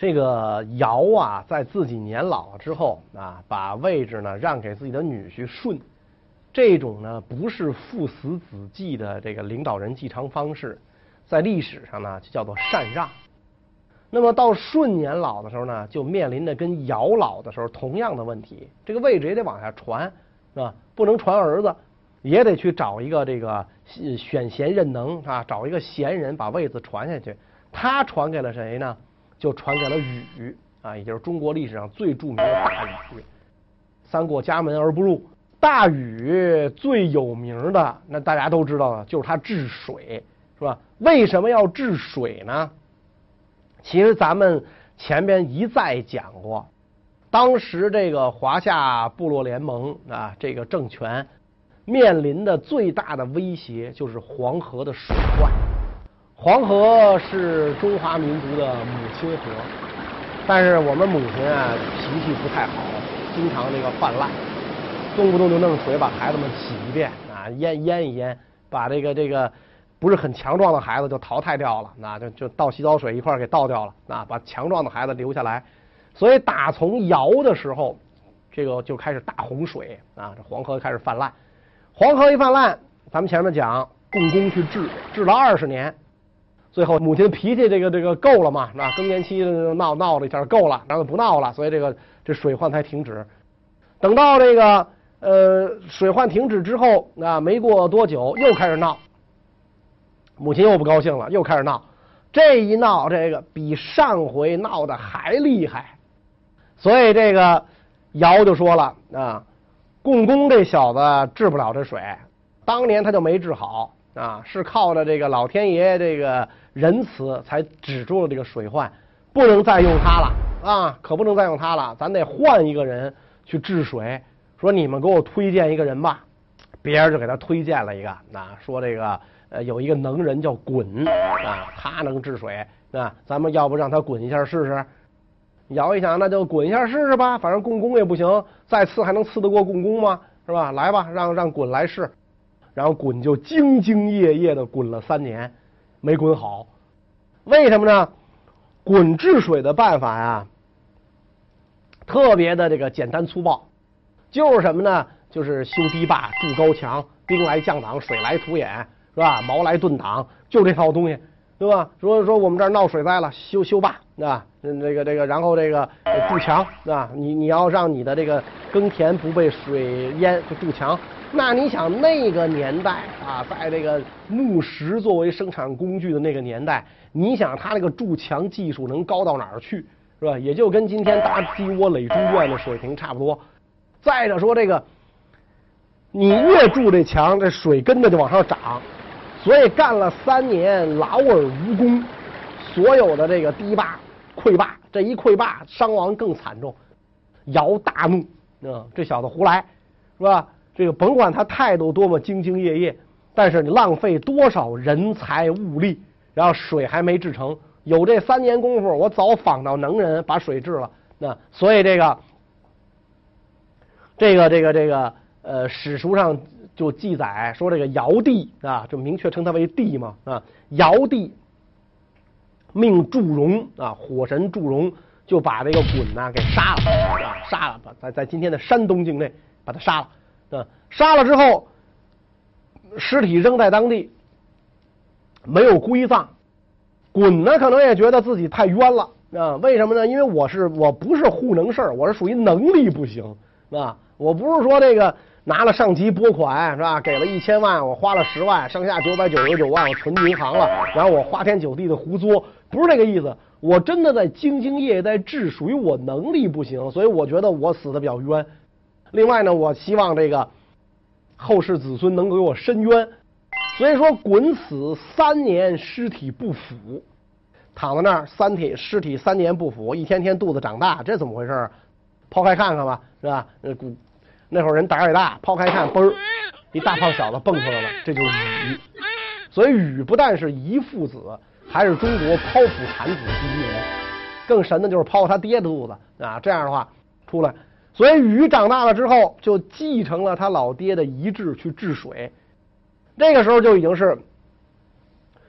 这个尧啊，在自己年老了之后啊，把位置呢让给自己的女婿舜。这种呢不是父死子继的这个领导人继承方式，在历史上呢就叫做禅让。那么到舜年老的时候呢，就面临着跟尧老的时候同样的问题，这个位置也得往下传，是吧？不能传儿子，也得去找一个这个选贤任能啊，找一个贤人把位子传下去。他传给了谁呢？就传给了禹啊，也就是中国历史上最著名的大禹。三过家门而不入。大禹最有名的，那大家都知道了，就是他治水，是吧？为什么要治水呢？其实咱们前边一再讲过，当时这个华夏部落联盟啊，这个政权面临的最大的威胁就是黄河的水患。黄河是中华民族的母亲河，但是我们母亲啊脾气不太好，经常这个泛滥。动不动就弄水把孩子们洗一遍啊，淹一淹，把这个不是很强壮的孩子就淘汰掉了，那就倒洗澡水一块给倒掉了啊，把强壮的孩子留下来。所以打从尧的时候，这个就开始大洪水啊，这黄河开始泛滥。黄河一泛滥，咱们前面讲共工去治了20年，最后母亲脾气这个够了嘛，那更年期闹了一下够了，然后不闹了，所以这水患才停止。等到这个水患停止之后啊，没过多久又开始闹，母亲又不高兴了，又开始闹。这一闹，这个比上回闹的还厉害。所以这个尧就说了啊，共工这小子治不了这水，当年他就没治好啊，是靠着这个老天爷这个仁慈才止住了这个水患，不能再用他了啊，可不能再用他了，咱得换一个人去治水。说你们给我推荐一个人吧，别人就给他推荐了一个啊，说这个有一个能人叫鲧啊，他能治水啊，咱们要不让他滚一下试试？尧一想，那就滚一下试试吧，反正共工也不行，再次还能刺得过共工吗？是吧？来吧，让鲧来试。然后鲧就兢兢业业的滚了3年，没滚好。为什么呢？鲧治水的办法呀，特别的这个简单粗暴。就是什么呢？就是修堤坝、筑高墙、兵来将挡、水来土掩，是吧？矛来盾挡，就这套东西，对吧？说我们这儿闹水灾了，修坝，啊，这个，然后这个筑墙，啊，你要让你的这个耕田不被水淹，就筑墙。那你想那个年代啊，在这个木石作为生产工具的那个年代，你想他那个筑墙技术能高到哪儿去，是吧？也就跟今天搭鸡窝垒猪圈的水平差不多。再者说这个，你越筑这墙，这水跟着就往上涨，所以干了3年劳而无功，所有的这个堤坝溃坝，这一溃坝伤亡更惨重。尧大怒，这小子胡来，是吧？这个甭管他态度多么兢兢业业，但是你浪费多少人才物力，然后水还没治成。有这3年功夫，我早访到能人把水治了。那所以这个史书上就记载说，这个尧帝啊，就明确称他为帝嘛啊，尧帝命祝融啊，火神祝融就把这个鲧呢给杀了啊，杀了，在今天的山东境内把他杀了啊，杀了之后，尸体扔在当地，没有归葬。鲧呢可能也觉得自己太冤了啊，为什么呢？因为我不是糊弄事儿，我是属于能力不行啊。我不是说这个拿了上级拨款是吧，给了1000万，我花了10万，剩下999万我存银行了，然后我花天酒地的胡作，不是这个意思。我真的在兢兢业业在治，属于我能力不行，所以我觉得我死的比较冤。另外呢，我希望这个后世子孙能给我伸冤，所以说鲧死3年，尸体不腐，躺在那儿尸体3年不腐，一天天肚子长大，这怎么回事？抛开看看吧，是吧？那会儿人胆儿也大，抛开看，嘣儿，一大胖小子蹦出来了，这就是禹。所以禹不但是遗父子，还是中国剖腹产子第1人。更神的就是剖他爹的肚子啊，这样的话出来。所以禹长大了之后，就继承了他老爹的遗志去治水。这个时候就已经是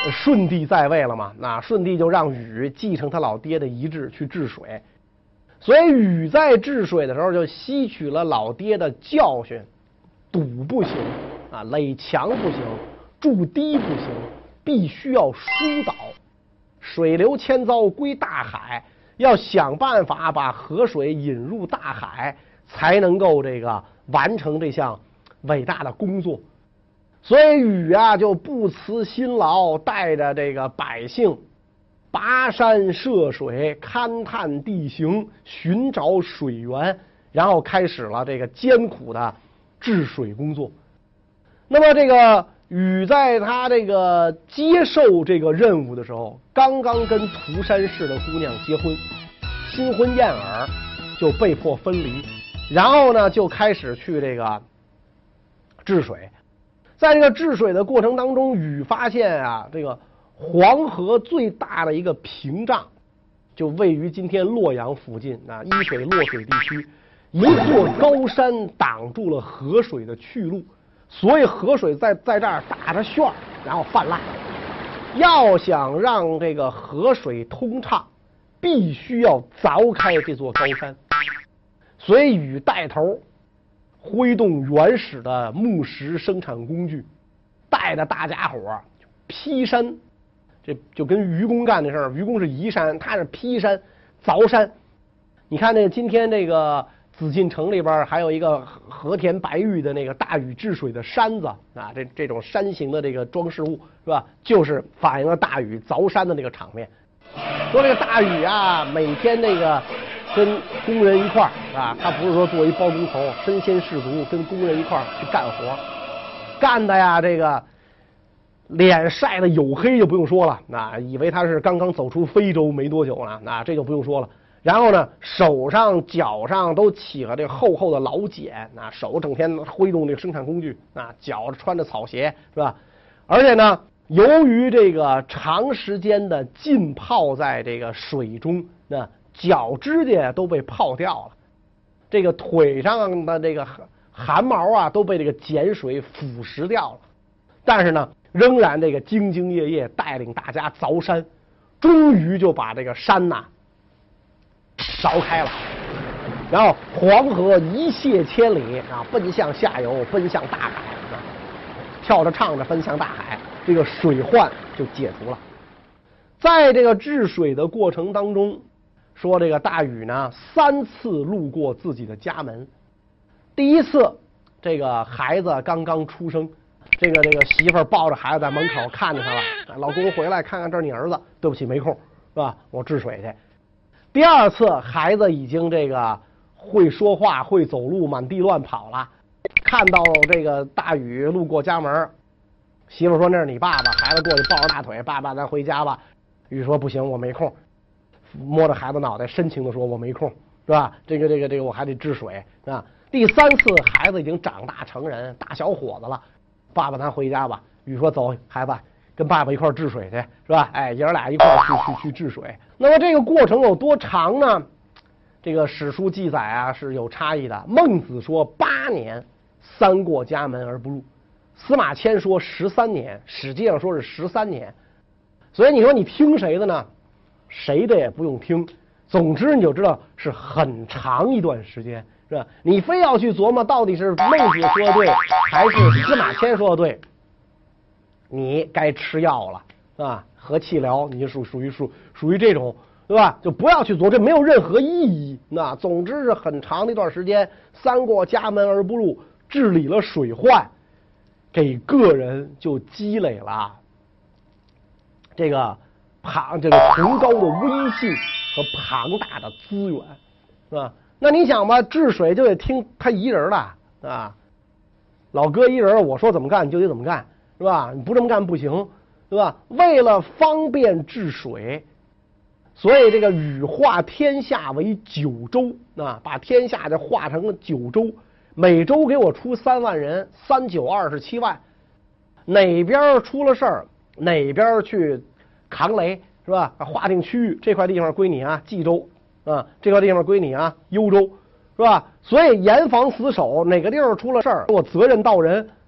舜帝在位了嘛，那舜帝就让禹继承他老爹的遗志去治水，所以禹在治水的时候就吸取了老爹的教训，堵不行啊，垒墙不行，筑堤不行，必须要疏导，水流千遭归大海，要想办法把河水引入大海，才能够这个完成这项伟大的工作。所以禹啊就不辞辛劳，带着这个百姓跋山涉水，勘探地形，寻找水源，然后开始了这个艰苦的治水工作。那么这个禹在他这个接受这个任务的时候，刚刚跟涂山氏的姑娘结婚，新婚燕尔，就被迫分离，然后呢就开始去这个治水。在这个治水的过程当中，禹发现啊，这个黄河最大的一个屏障就位于今天洛阳附近啊，伊水洛水地区，一座高山挡住了河水的去路，所以河水在这儿打着旋儿，然后泛滥。要想让这个河水通畅，必须要凿开这座高山，所以禹带头挥动原始的木石生产工具，带着大家伙劈山，这就跟愚公干的事儿。愚公是移山，他是劈山凿山。你看那今天这个紫禁城里边还有一个和田白玉的那个大禹治水的山子啊，这种山形的这个装饰物是吧？就是反映了大禹凿山的那个场面。说这个大禹啊，每天那个跟工人一块儿啊，他不是说作为包工头身先士卒，跟工人一块儿去干活，干的呀这个脸晒得黝黑就不用说了，那以为他是刚刚走出非洲没多久呢，那这就不用说了。然后呢，手上脚上都起了这个厚厚的老茧，那手整天挥动这个生产工具，那脚穿着草鞋是吧？而且呢，由于这个长时间的浸泡在这个水中，那脚指甲都被泡掉了，这个腿上的这个汗毛啊都被这个碱水腐蚀掉了，但是呢，仍然这个兢兢业业带领大家凿山，终于就把这个山呐凿开了，然后黄河一泻千里啊，奔向下游，奔向大海，跳着唱着奔向大海，这个水患就解除了。在这个治水的过程当中，说这个大禹呢3次路过自己的家门。第一次，这个孩子刚刚出生，这个媳妇儿抱着孩子在门口看着他了，老公回来看看这是你儿子，对不起没空是吧？我治水去。第二次，孩子已经这个会说话会走路，满地乱跑了，看到这个大禹路过家门，媳妇说那是你爸爸，孩子过去抱着大腿，爸爸咱回家吧。禹说不行，我没空，摸着孩子脑袋深情的说我没空是吧？这个我还得治水啊。第3次，孩子已经长大成人，大小伙子了，爸爸咱回家吧。禹说走，孩子跟爸爸一块治水去是吧？哎，爷儿俩一块去治水。那么这个过程有多长呢？这个史书记载啊是有差异的。孟子说8年3过家门而不入，司马迁说13年，史记上说是13年。所以你说你听谁的呢？谁的也不用听，总之你就知道是很长一段时间，是吧？你非要去琢磨到底是孟子说的对还是司马迁说的对，你该吃药了啊，和气疗，你就属于这种，对吧？就不要去琢磨，这没有任何意义。那总之是很长的一段时间，3过家门而不入，治理了水患，给个人就积累了这个崇高的威信和庞大的资源，是吧？那你想吧，治水就得听他一人的啊，老哥一人，我说怎么干你就得怎么干，是吧？你不这么干不行，对吧？为了方便治水，所以这个禹划天下为9州啊，把天下就划成了9州，每州给我出3万人，3、9、27万，哪边出了事儿，哪边去扛雷，是吧？划定区域，这块地方归你啊，冀州啊，这块地方归你啊，幽州，是吧？所以严防死守，哪个地方出了事儿，我责任到人。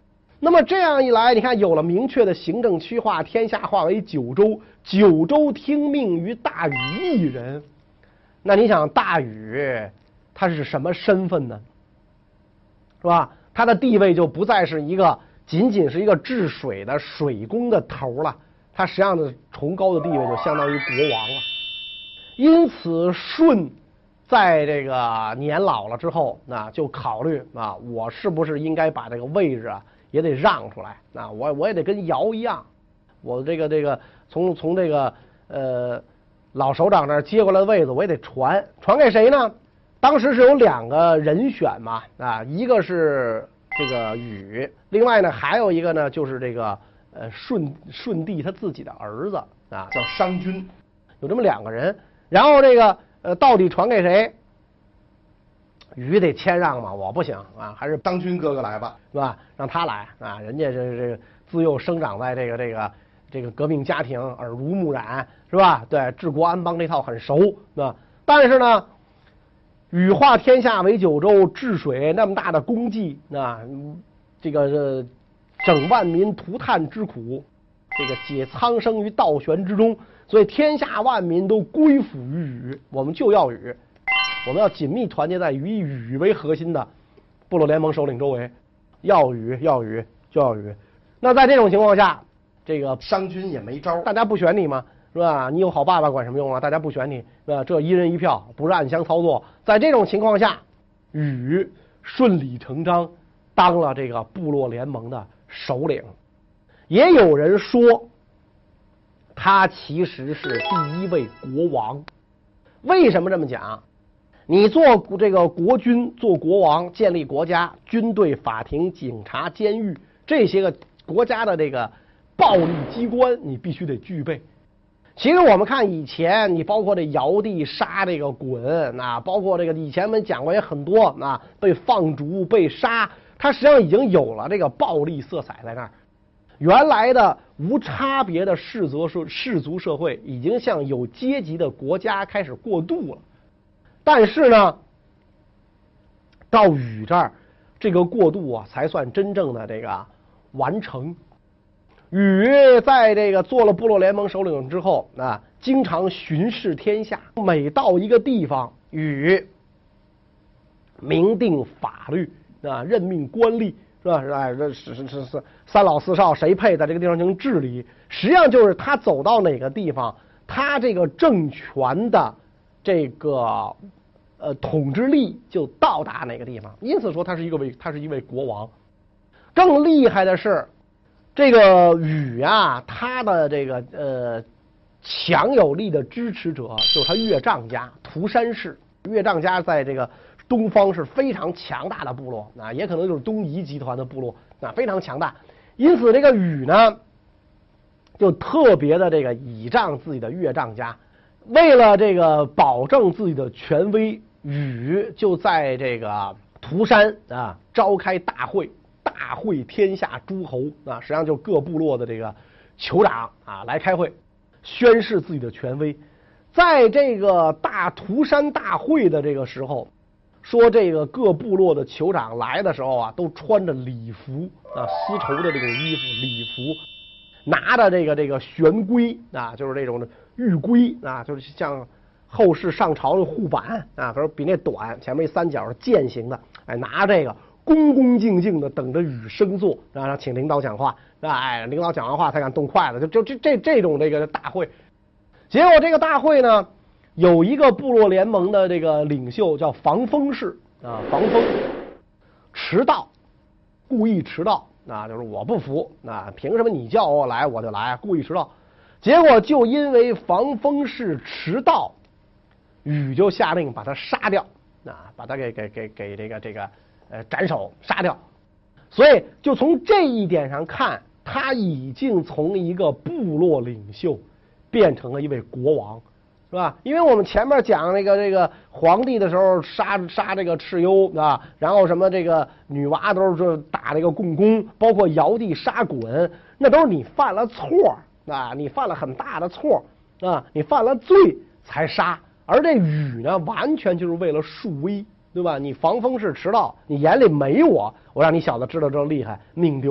那么这样一来，你看有了明确的行政区划，天下划为9州，9州听命于大禹一人。那你想，大禹他是什么身份呢？是吧？他的地位就不再是仅仅是一个治水的水工的头了，他实际上的崇高的地位就相当于国王了。因此，舜在这个年老了之后，那就考虑我是不是应该把这个位置也得让出来？我也得跟尧一样，我这个从这个老首长那儿接过来的位子，我也得传给谁呢？当时是有2个人选嘛，一个是这个禹，另外呢还有一个呢就是这个舜帝他自己的儿子叫商均， 有这么2个人。然后这个到底传给谁？禹得谦让嘛，我不行还是当君哥哥来吧， 是吧？让他来人家这个自幼生长在这个革命家庭，耳濡目染，是吧？对，治国安邦这套很熟，但是呢，禹化天下为9州，治水那么大的功绩，这个整万民涂炭之苦，这个解苍生于倒悬之中，所以天下万民都归附于禹，我们就要禹，我们要紧密团结在以禹为核心的部落联盟首领周围，要禹就要禹。那在这种情况下，这个商均也没招， 大家不选你吗？是吧？你有好爸爸管什么用啊？大家不选你，是吧？这一人一票，不是暗箱操作。在这种情况下，禹顺理成章当了这个部落联盟的首领。也有人说，他其实是第一位国王。为什么这么讲？你做这个国君，做国王，建立国家、军队、法庭、警察、监狱这些个国家的这个暴力机关，你必须得具备。其实我们看以前，你包括这尧帝杀这个鲧，包括这个以前我们讲过也很多，被放逐、被杀，它实际上已经有了这个暴力色彩在那儿。原来的无差别的氏族社会已经向有阶级的国家开始过渡了，但是呢，到禹这儿，这个过渡才算真正的这个完成。禹在这个做了部落联盟首领之后经常巡视天下，每到一个地方，禹明定法律任命官吏，是吧？这是3老4少谁配在这个地方进行治理？实际上就是他走到哪个地方，他这个政权的这个统治力就到达哪个地方。因此说他是一位国王。更厉害的是，这个禹他的这个强有力的支持者就是他岳丈家涂山氏。岳丈家在这个东方是非常强大的部落，也可能就是东夷集团的部落，非常强大。因此这个禹呢，就特别的这个倚仗自己的岳丈家，为了这个保证自己的权威，禹就在这个涂山召开大会，大会天下诸侯实际上就各部落的这个酋长来开会，宣示自己的权威。在这个涂山大会的这个时候，说这个各部落的酋长来的时候都穿着礼服丝绸的这种衣服礼服，拿着这个玄龟就是这种玉龟就是像后世上朝的护板可是比那短，前面一3角是剑形的，拿这个恭恭敬敬的等着禹升座，然后请领导讲话，领导讲完话才敢动筷子，就这种这个大会。结果这个大会呢，有一个部落联盟的这个领袖叫防风氏防风迟到，故意迟到就是我不服凭什么你叫我来我就来，故意迟到。结果就因为防风氏迟到，禹就下令把他杀掉把他给这个斩首杀掉。所以就从这一点上看，他已经从一个部落领袖变成了一位国王，是吧？因为我们前面讲这个皇帝的时候杀这个蚩尤然后什么这个女娲都是打这个共工，包括尧帝杀鲧，那都是你犯了错你犯了很大的错你犯了罪才杀。而这禹呢，完全就是为了树威，对吧？你防风氏迟到，你眼里没我让你小子知道这厉害，命丢了，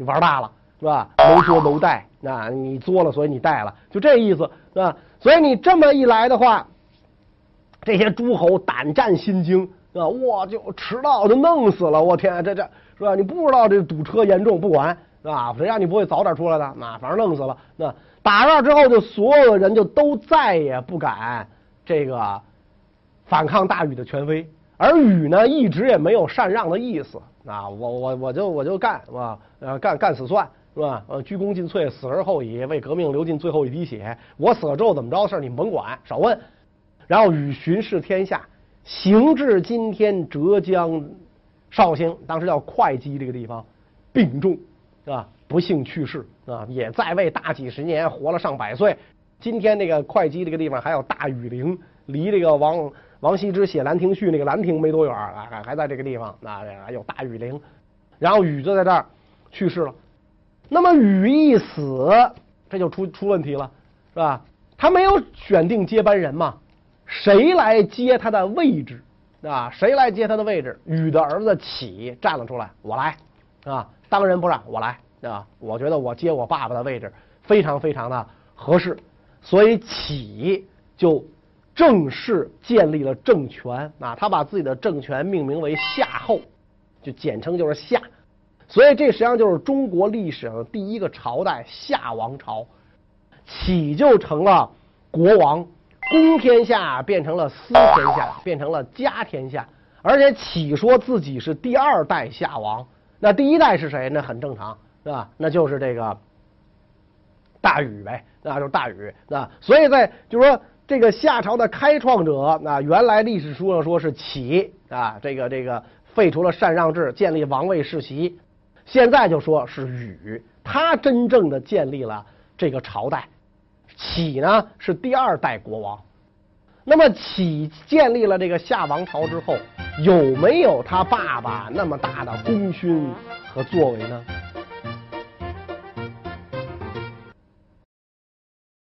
你玩大了是吧？谋作谋带，那你作了，所以你带了，就这意思是吧？所以你这么一来的话，这些诸侯胆战心惊啊！哇，就迟到就弄死了，我天，这是吧？你不知道这堵车严重，不管是吧？谁让你不会早点出来的？那反正弄死了。那打那之后，就所有的人就都再也不敢这个反抗大禹的权威，而禹呢，一直也没有禅让的意思啊！我就干是吧？干死算是吧？鞠躬尽瘁，死而后已，为革命流尽最后一滴血。我死了之后怎么着的事你们甭管，少问。然后禹巡视天下，行至今天浙江绍兴，当时叫会稽这个地方，病重啊，不幸去世啊，也在位大几十年，活了上百岁。今天这个会稽这个地方还有大禹陵，离这个王羲之写《兰亭序》那个兰亭没多远啊，还在这个地方啊，还有大禹陵。然后禹就在这儿去世了。那么禹一死，这就出问题了，是吧？他没有选定接班人嘛？谁来接他的位置啊？谁来接他的位置？禹的儿子启站了出来，我来啊！当仁不让，我来啊！我觉得我接我爸爸的位置非常非常的合适，所以启就正式建立了政权啊！他把自己的政权命名为夏后，就简称就是夏。所以这实际上就是中国历史上的第一个朝代夏王朝，启就成了国王。公天下变成了私天下，变成了家天下，而且启说自己是第二代夏王，那第一代是谁？那很正常，是吧？那就是这个大禹呗，那就是大禹。那所以就是说这个夏朝的开创者，那原来历史书上说是启啊，这个废除了禅让制，建立王位世袭，现在就说是禹，他真正的建立了这个朝代。启呢是第二代国王，那么启建立了这个夏王朝之后，有没有他爸爸那么大的功勋和作为呢？